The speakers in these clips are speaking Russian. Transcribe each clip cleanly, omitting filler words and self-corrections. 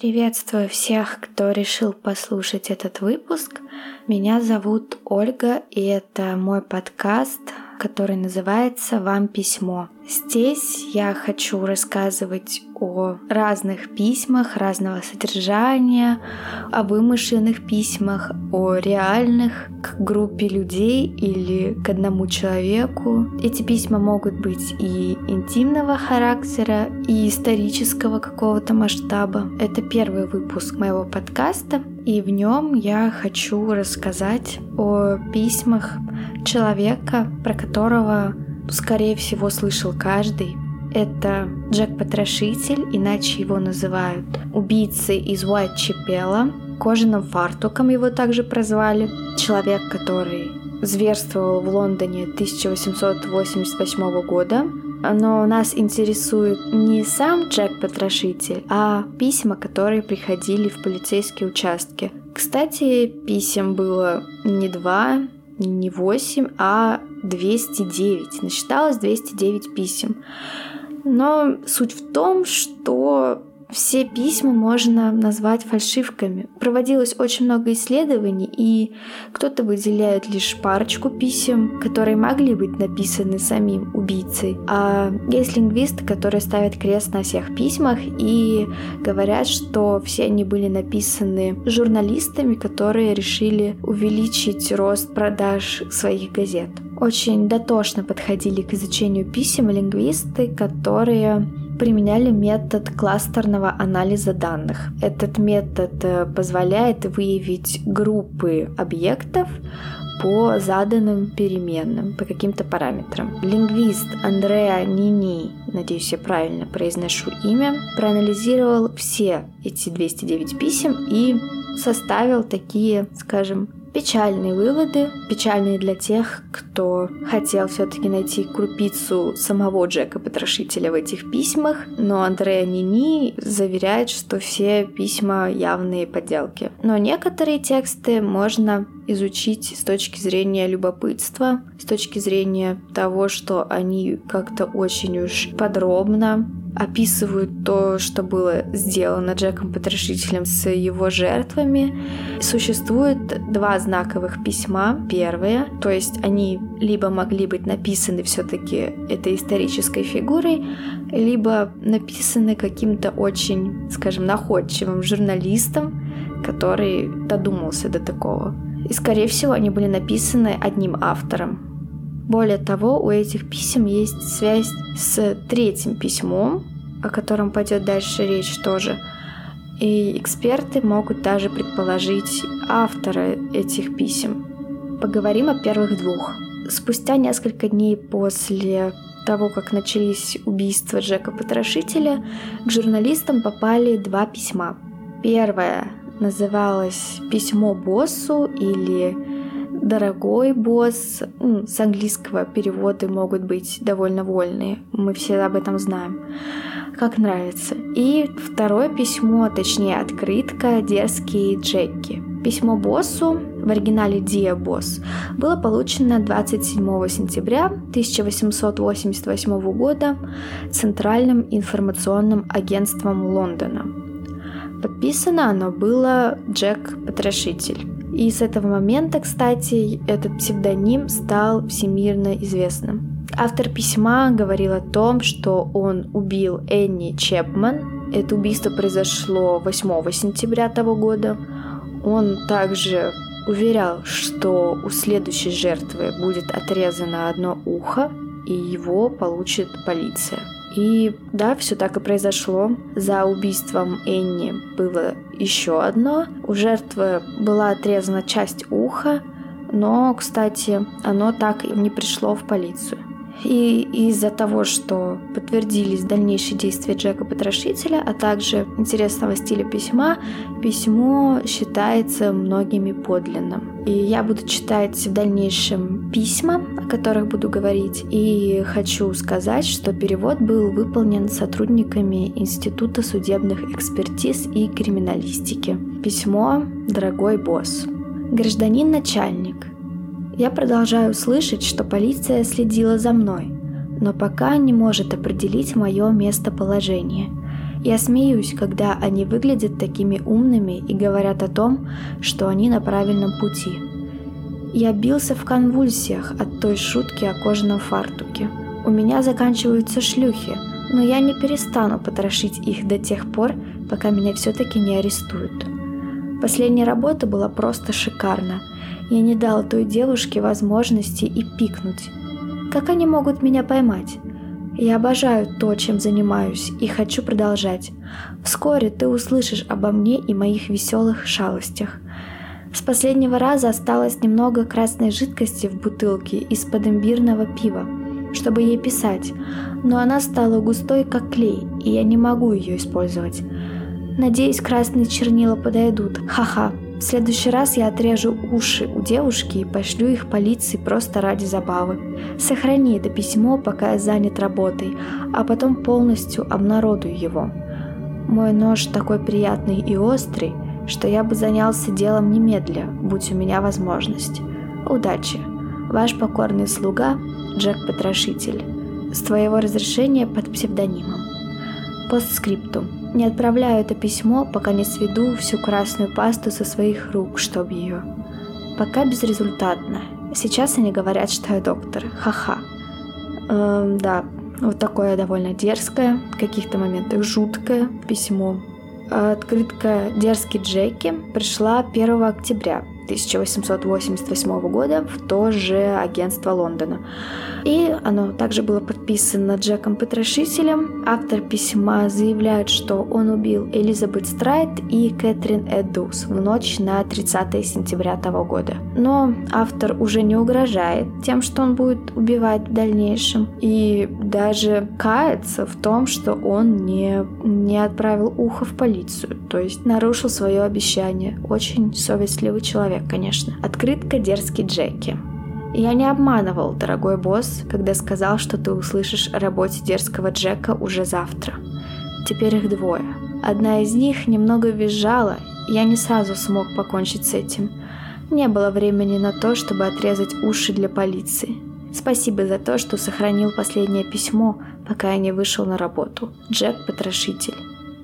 Приветствую всех, кто решил послушать этот выпуск. Меня зовут Ольга, и это мой подкаст, который называется «Вам письмо». Здесь я хочу рассказывать о разных письмах разного содержания, о вымышленных письмах, о реальных к группе людей или к одному человеку. Эти письма могут быть и интимного характера, и исторического какого-то масштаба. Это первый выпуск моего подкаста, и в нем я хочу рассказать о письмах человека, про которого, скорее всего, слышал каждый. Это Джек-потрошитель, иначе его называют убийцей из Уайтчепела, кожаным фартуком его также прозвали. Человек, который зверствовал в Лондоне 1888 года. Но нас интересует не сам Джек-потрошитель, а письма, которые приходили в полицейские участки. Кстати, писем было не 2, не 8, а 209. Насчиталось 209 писем. Но суть в том, что все письма можно назвать фальшивками. Проводилось очень много исследований, и кто-то выделяет лишь парочку писем, которые могли быть написаны самим убийцей. А есть лингвисты, которые ставят крест на всех письмах и говорят, что все они были написаны журналистами, которые решили увеличить рост продаж своих газет. Очень дотошно подходили к изучению писем лингвисты, которые применяли метод кластерного анализа данных. Этот метод позволяет выявить группы объектов по заданным переменным, по каким-то параметрам. Лингвист Андреа Нини, надеюсь, я правильно произношу имя, проанализировал все эти 209 писем и составил такие, скажем, печальные выводы, печальные для тех, кто хотел все-таки найти крупицу самого Джека-потрошителя в этих письмах, но Андреа Нини заверяет, что все письма явные подделки. Но некоторые тексты можно изучить с точки зрения любопытства, с точки зрения того, что они как-то очень уж подробно описывают то, что было сделано Джеком-потрошителем с его жертвами. Существует 2 знаковых письма. Первые, то есть они либо могли быть написаны все-таки этой исторической фигурой, либо написаны каким-то очень, скажем, находчивым журналистом, который додумался до такого. И, скорее всего, они были написаны одним автором. Более того, у этих писем есть связь с 3-м письмом, о котором пойдет дальше речь тоже. И эксперты могут даже предположить автора этих писем. Поговорим о первых 2. Спустя несколько дней после того, как начались убийства Джека-потрошителя, к журналистам попали 2 письма. Первое называлось «Письмо боссу» или «Дорогой босс». С английского переводы могут быть довольно вольные, мы все об этом знаем, как нравится. И второе письмо, точнее открытка «Дерзкие Джеки». Письмо боссу, в оригинале «Dear Boss», было получено 27 сентября 1888 года Центральным информационным агентством Лондона. Подписано оно было Джек-потрошитель. И с этого момента, кстати, этот псевдоним стал всемирно известным. Автор письма говорил о том, что он убил Энни Чепман. Это убийство произошло 8 сентября того года. Он также уверял, что у следующей жертвы будет отрезано одно ухо, и его получит полиция. И да, все так и произошло. За убийством Энни было еще одно. У жертвы была отрезана часть уха, но, кстати, оно так и не пришло в полицию. И из-за того, что подтвердились дальнейшие действия Джека-потрошителя, а также интересного стиля письма, письмо считается многими подлинным. И я буду читать в дальнейшем письма, о которых буду говорить, и хочу сказать, что перевод был выполнен сотрудниками Института судебных экспертиз и криминалистики. Письмо «Дорогой босс». Гражданин начальник. Я продолжаю слышать, что полиция следила за мной, но пока не может определить мое местоположение. Я смеюсь, когда они выглядят такими умными и говорят о том, что они на правильном пути. Я бился в конвульсиях от той шутки о кожаном фартуке. У меня заканчиваются шлюхи, но я не перестану потрошить их до тех пор, пока меня все-таки не арестуют. Последняя работа была просто шикарна. Я не дал той девушке возможности и пикнуть. Как они могут меня поймать? Я обожаю то, чем занимаюсь, и хочу продолжать. Вскоре ты услышишь обо мне и моих веселых шалостях. С последнего раза осталось немного красной жидкости в бутылке из-под имбирного пива, чтобы ей писать, но она стала густой, как клей, и я не могу ее использовать. Надеюсь, красные чернила подойдут. Ха-ха. В следующий раз я отрежу уши у девушки и пошлю их полиции просто ради забавы. Сохрани это письмо, пока я занят работой, а потом полностью обнародую его. Мой нож такой приятный и острый, что я бы занялся делом немедля, будь у меня возможность. Удачи. Ваш покорный слуга Джек-потрошитель. С твоего разрешения под псевдонимом. Постскриптум. Не отправляю это письмо, пока не сведу всю красную пасту со своих рук, чтоб ее. Пока безрезультатно. Сейчас они говорят, что я доктор. Ха-ха. Да, вот такое довольно дерзкое, в каких-то моментах жуткое письмо. Открытка «Дерзкий Джеки» пришла 1 октября 1888 года в то же агентство Лондона. И оно также было подписано Джеком-потрошителем. Автор письма заявляет, что он убил Элизабет Страйт и Кэтрин Эддус в ночь на 30 сентября того года. Но автор уже не угрожает тем, что он будет убивать в дальнейшем, и даже кается в том, что он не отправил ухо в полицию, то есть нарушил свое обещание. Очень совестливый человек, конечно. Открытка «Дерзкий Джеки». Я не обманывал, дорогой босс, когда сказал, что ты услышишь о работе дерзкого Джека уже завтра. Теперь их двое. Одна из них немного визжала, и я не сразу смог покончить с этим. Не было времени на то, чтобы отрезать уши для полиции. Спасибо за то, что сохранил последнее письмо, пока я не вышел на работу. Джек-потрошитель.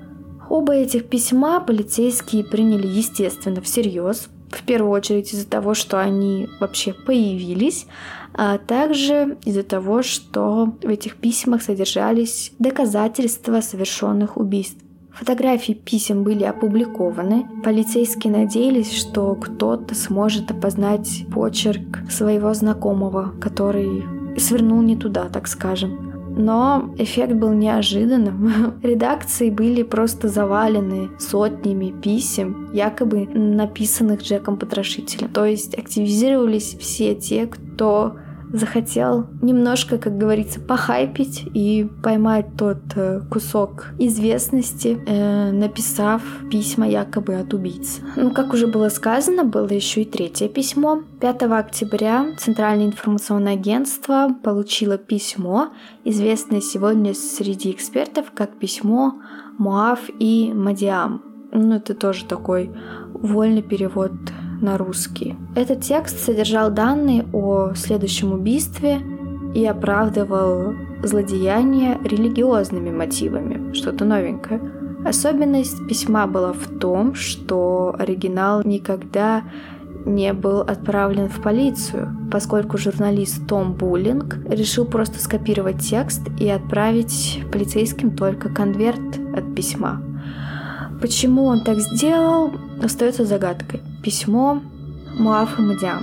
Оба этих письма полицейские приняли, естественно, всерьез. В первую очередь из-за того, что они вообще появились, а также из-за того, что в этих письмах содержались доказательства совершенных убийств. Фотографии писем были опубликованы. Полицейские надеялись, что кто-то сможет опознать почерк своего знакомого, который свернул не туда, так скажем. Но эффект был неожиданным. Редакции были просто завалены сотнями писем, якобы написанных Джеком-потрошителем. То есть активизировались все те, кто захотел немножко, как говорится, похайпить и поймать тот кусок известности, написав письма якобы от убийц. Как уже было сказано, было еще и третье письмо. 5 октября Центральное информационное агентство получило письмо, известное сегодня среди экспертов как письмо Муав и Мадиам. Это тоже такой вольный перевод на русский. Этот текст содержал данные о следующем убийстве и оправдывал злодеяние религиозными мотивами, что-то новенькое. Особенность письма была в том, что оригинал никогда не был отправлен в полицию, поскольку журналист Том Буллинг решил просто скопировать текст и отправить полицейским только конверт от письма. Почему он так сделал, остается загадкой. Письмо Муав и Мадиам.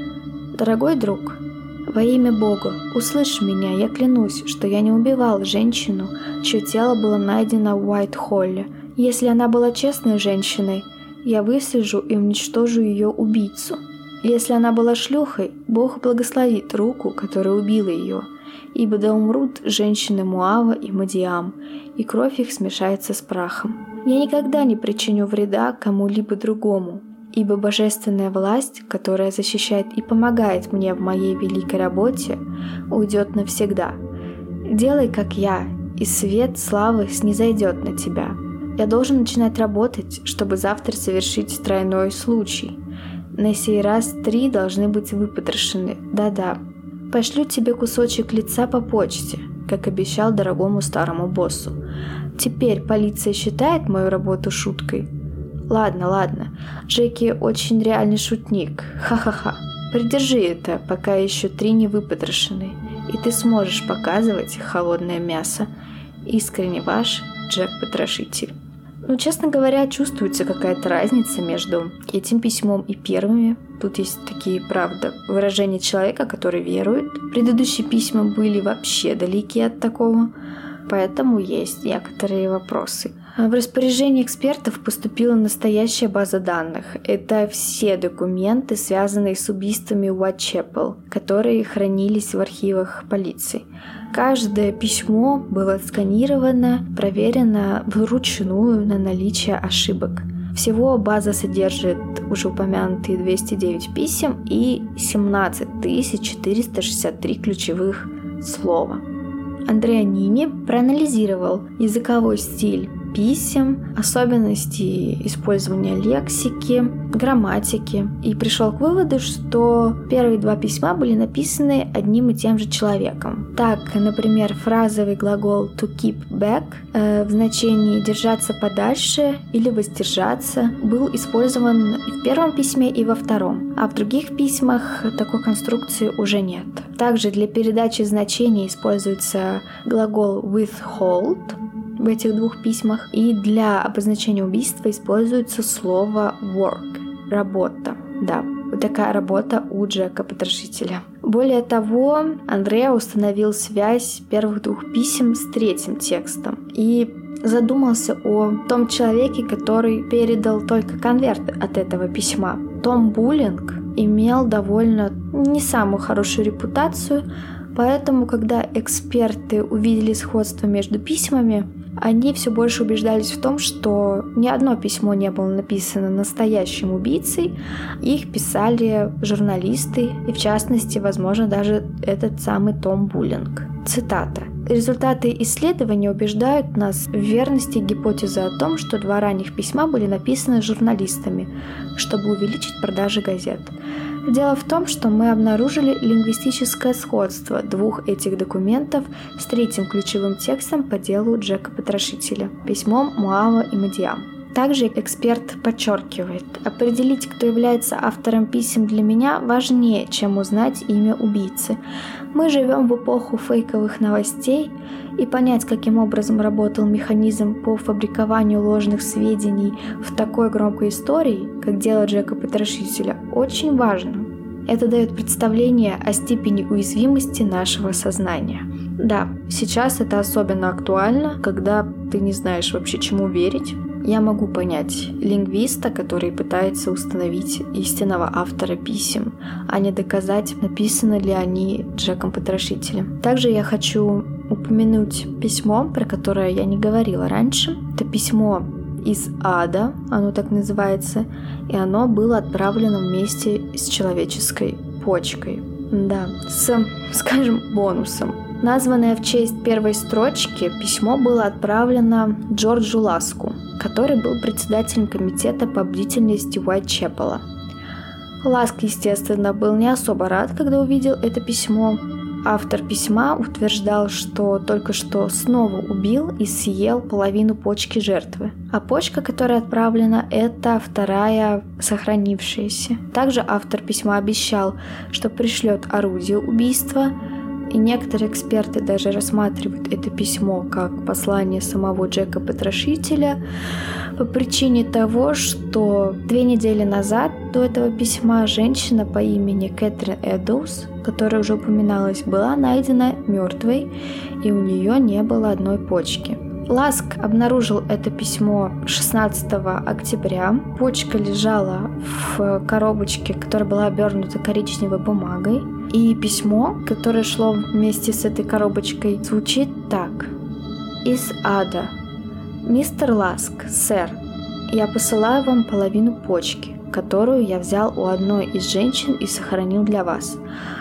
Дорогой друг, во имя Бога, услышь меня, я клянусь, что я не убивал женщину, чье тело было найдено в Уайт-Холле. Если она была честной женщиной, я выслежу и уничтожу ее убийцу. Если она была шлюхой, Бог благословит руку, которая убила ее, ибо да умрут женщины Муава и Мадиам, и кровь их смешается с прахом. Я никогда не причиню вреда кому-либо другому, ибо божественная власть, которая защищает и помогает мне в моей великой работе, уйдет навсегда. Делай, как я, и свет славы снизойдет на тебя. Я должен начинать работать, чтобы завтра совершить тройной случай. На сей раз 3 должны быть выпотрошены. Да-да. Пошлю тебе кусочек лица по почте, как обещал дорогому старому боссу. Теперь полиция считает мою работу шуткой? Ладно, Джеки очень реальный шутник, ха-ха-ха. Придержи это, пока еще 3 не выпотрошены, и ты сможешь показывать холодное мясо. Искренне ваш Джек-потрошитель. Честно говоря, чувствуется какая-то разница между этим письмом и первыми. Тут есть такие, правда, выражения человека, который верует. Предыдущие письма были вообще далеки от такого, поэтому есть некоторые вопросы. В распоряжение экспертов поступила настоящая база данных. Это все документы, связанные с убийствами Уайтчепел, которые хранились в архивах полиции. Каждое письмо было отсканировано, проверено вручную на наличие ошибок. Всего база содержит уже упомянутые 209 писем и 17 463 ключевых слова. Андреанини проанализировал языковой стиль писем, особенности использования лексики, грамматики и пришел к выводу, что первые 2 письма были написаны одним и тем же человеком. Так, например, фразовый глагол to keep back в значении держаться подальше или воздержаться был использован и в первом письме, и во втором, а в других письмах такой конструкции уже нет. Также для передачи значений используется глагол withhold в этих 2 письмах, и для обозначения убийства используется слово work – работа. Да, вот такая работа у Джека-потрошителя. Более того, Андреа установил связь первых 2 писем с 3-м текстом и задумался о том человеке, который передал только конверт от этого письма. Том Буллинг имел довольно не самую хорошую репутацию, поэтому, когда эксперты увидели сходство между письмами, они все больше убеждались в том, что ни одно письмо не было написано настоящим убийцей, их писали журналисты, и в частности, возможно, даже этот самый Том Буллинг. Цитата. «Результаты исследования убеждают нас в верности гипотезы о том, что 2 ранних письма были написаны журналистами, чтобы увеличить продажи газет. Дело в том, что мы обнаружили лингвистическое сходство 2 этих документов с 3-м ключевым текстом по делу Джека-потрошителя – письмом Муава и Мадиам. Также эксперт подчеркивает, определить, кто является автором писем, для меня важнее, чем узнать имя убийцы. Мы живем в эпоху фейковых новостей, и понять, каким образом работал механизм по фабрикованию ложных сведений в такой громкой истории, как дело Джека-потрошителя, очень важно. Это дает представление о степени уязвимости нашего сознания. Да, сейчас это особенно актуально, когда ты не знаешь вообще, чему верить. Я могу понять лингвиста, который пытается установить истинного автора писем, а не доказать, написаны ли они Джеком-потрошителем. Также я хочу упомянуть письмо, про которое я не говорила раньше. Это письмо из ада, оно так называется, и оно было отправлено вместе с человеческой почкой. Да, скажем, бонусом. Названное в честь первой строчки, письмо было отправлено Джорджу Ласку, который был председателем комитета по бдительности Уайтчепела. Ласк, естественно, был не особо рад, когда увидел это письмо. Автор письма утверждал, что только что снова убил и съел половину почки жертвы. А почка, которая отправлена, это 2-я сохранившаяся. Также автор письма обещал, что пришлет орудие убийства, и некоторые эксперты даже рассматривают это письмо как послание самого Джека-потрошителя по причине того, что 2 недели назад до этого письма женщина по имени Кэтрин Эддоус, которая уже упоминалась, была найдена мертвой, и у нее не было 1 почки. Ласк обнаружил это письмо 16 октября. Почка лежала в коробочке, которая была обернута коричневой бумагой. И письмо, которое шло вместе с этой коробочкой, звучит так. «Из ада. Мистер Ласк, сэр, я посылаю вам половину почки, которую я взял у одной из женщин и сохранил для вас.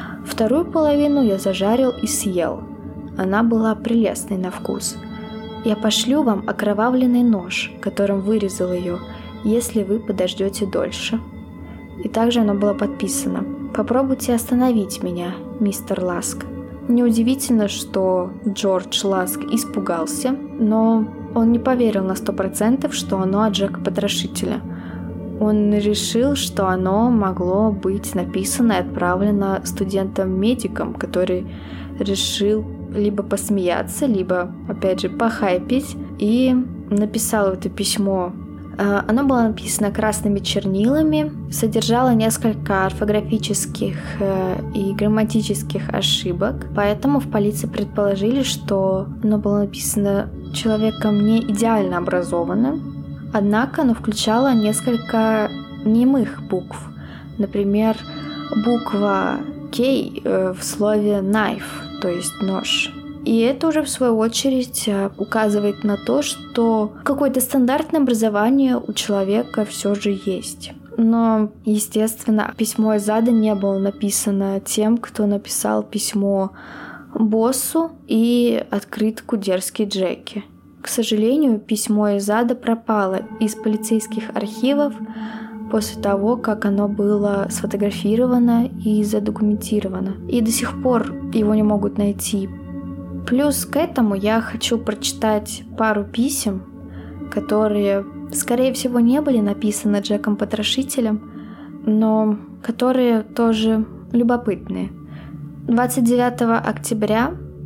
2-ю половину я зажарил и съел. Она была прелестной на вкус. Я пошлю вам окровавленный нож, которым вырезал ее, если вы подождете дольше». И также оно было подписано: «Попробуйте остановить меня, мистер Ласк». Неудивительно, что Джордж Ласк испугался, но он не поверил на 100%, что оно от Джека Потрошителя. Он решил, что оно могло быть написано и отправлено студентам-медикам, который решил либо посмеяться, либо, опять же, похайпить, и написал это письмо. Оно было написано красными чернилами, содержало несколько орфографических и грамматических ошибок, поэтому в полиции предположили, что оно было написано человеком не идеально образованным, однако оно включало несколько немых букв, например, буква K в слове knife, то есть нож. И это уже, в свою очередь, указывает на то, что какое-то стандартное образование у человека все же есть. Но, естественно, письмо из ада не было написано тем, кто написал письмо боссу и открытку «Дерзкий Джеки». К сожалению, письмо из ада пропало из полицейских архивов после того, как оно было сфотографировано и задокументировано. И до сих пор его не могут найти. Плюс к этому я хочу прочитать пару писем, которые, скорее всего, не были написаны Джеком Потрошителем, но которые тоже любопытные. 29 октября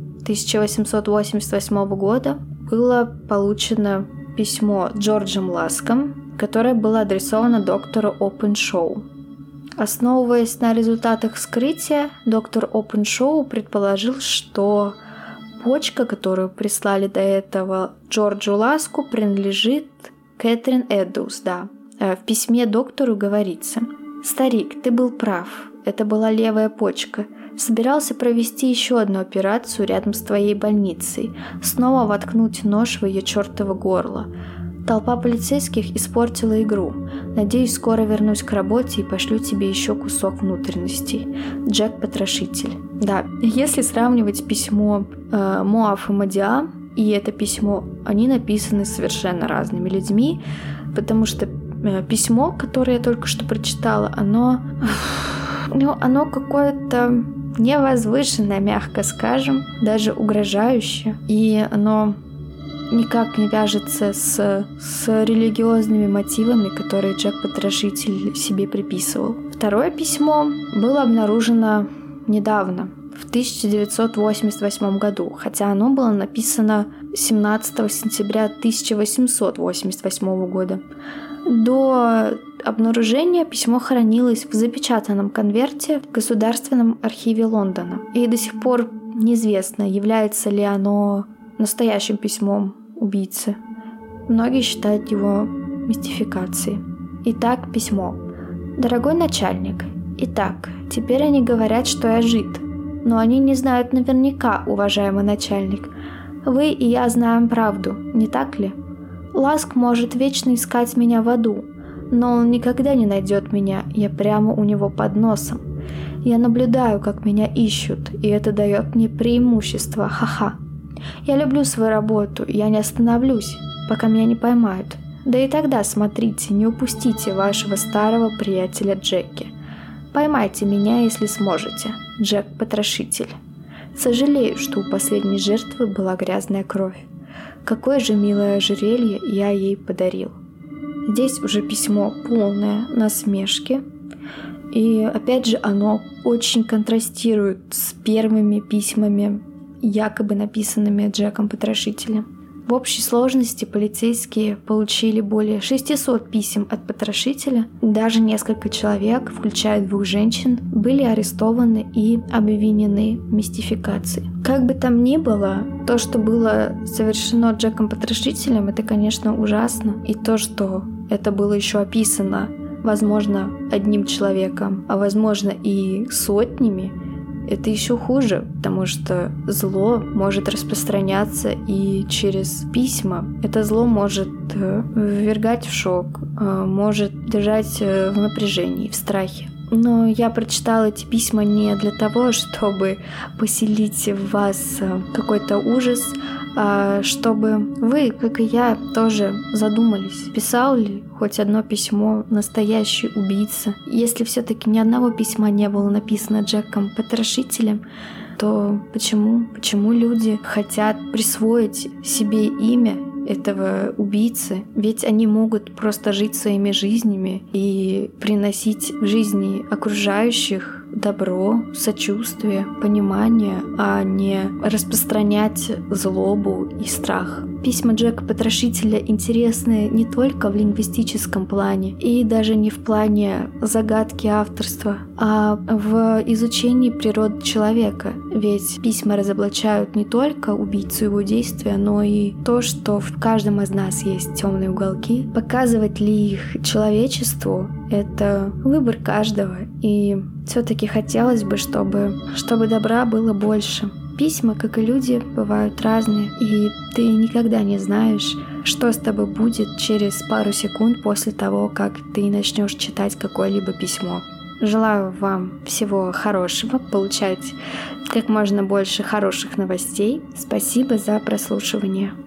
1888 года было получено письмо Джорджем Ласком, которое было адресовано доктору Опеншоу. Основываясь на результатах вскрытия, доктор Опеншоу предположил, что почка, которую прислали до этого Джорджу Ласку, принадлежит Кэтрин Эддоус, да. В письме доктору говорится: «Старик, ты был прав. Это была левая почка. Собирался провести еще одну операцию рядом с твоей больницей. Снова воткнуть нож в ее чертово горло. Толпа полицейских испортила игру. Надеюсь, скоро вернусь к работе и пошлю тебе еще кусок внутренностей. Джек Потрошитель». Да, если сравнивать письмо Моаф и Мадиа и это письмо, они написаны совершенно разными людьми, потому что письмо, которое я только что прочитала, оно какое-то невозвышенное, мягко скажем, даже угрожающее, и оно никак не вяжется с религиозными мотивами, которые Джек Потрошитель себе приписывал. Второе письмо было обнаружено недавно, в 1988 году, хотя оно было написано 17 сентября 1888 года. До обнаружения письмо хранилось в запечатанном конверте в Государственном архиве Лондона. И до сих пор неизвестно, является ли оно настоящим письмом убийцы. Многие считают его мистификацией. Итак, письмо. «Дорогой начальник, итак, теперь они говорят, что я жид. Но они не знают наверняка, уважаемый начальник. Вы и я знаем правду, не так ли? Ласк может вечно искать меня в аду, но он никогда не найдет меня, я прямо у него под носом. Я наблюдаю, как меня ищут, и это дает мне преимущество, ха-ха. Я люблю свою работу, я не остановлюсь, пока меня не поймают. Да и тогда смотрите, не упустите вашего старого приятеля Джеки. Поймайте меня, если сможете, Джек Потрошитель. Сожалею, что у последней жертвы была грязная кровь. Какое же милое ожерелье я ей подарил». Здесь уже письмо полное насмешки. И опять же оно очень контрастирует с первыми письмами, якобы написанными Джеком Потрошителем. В общей сложности полицейские получили более 600 писем от Потрошителя. Даже несколько человек, включая 2 женщин, были арестованы и обвинены в мистификации. Как бы там ни было, то, что было совершено Джеком Потрошителем, это, конечно, ужасно. И то, что это было еще описано, возможно, одним человеком, а возможно и сотнями, это еще хуже, потому что зло может распространяться и через письма. Это зло может ввергать в шок, может держать в напряжении, в страхе. Но я прочитала эти письма не для того, чтобы поселить в вас какой-то ужас, а чтобы вы, как и я, тоже задумались, писал ли хоть одно письмо настоящий убийца. Если все-таки ни одного письма не было написано Джеком Потрошителем, то почему люди хотят присвоить себе имя этого убийцы, ведь они могут просто жить своими жизнями и приносить в жизни окружающих добро, сочувствие, понимание, а не распространять злобу и страх. Письма Джека Потрошителя интересны не только в лингвистическом плане и даже не в плане загадки авторства, а в изучении природы человека. Ведь письма разоблачают не только убийцу его действия, но и то, что в каждом из нас есть темные уголки. Показывать ли их человечеству — это выбор каждого. И все-таки хотелось бы, чтобы добра было больше. Письма, как и люди, бывают разные, и ты никогда не знаешь, что с тобой будет через пару секунд после того, как ты начнешь читать какое-либо письмо. Желаю вам всего хорошего, получать как можно больше хороших новостей. Спасибо за прослушивание.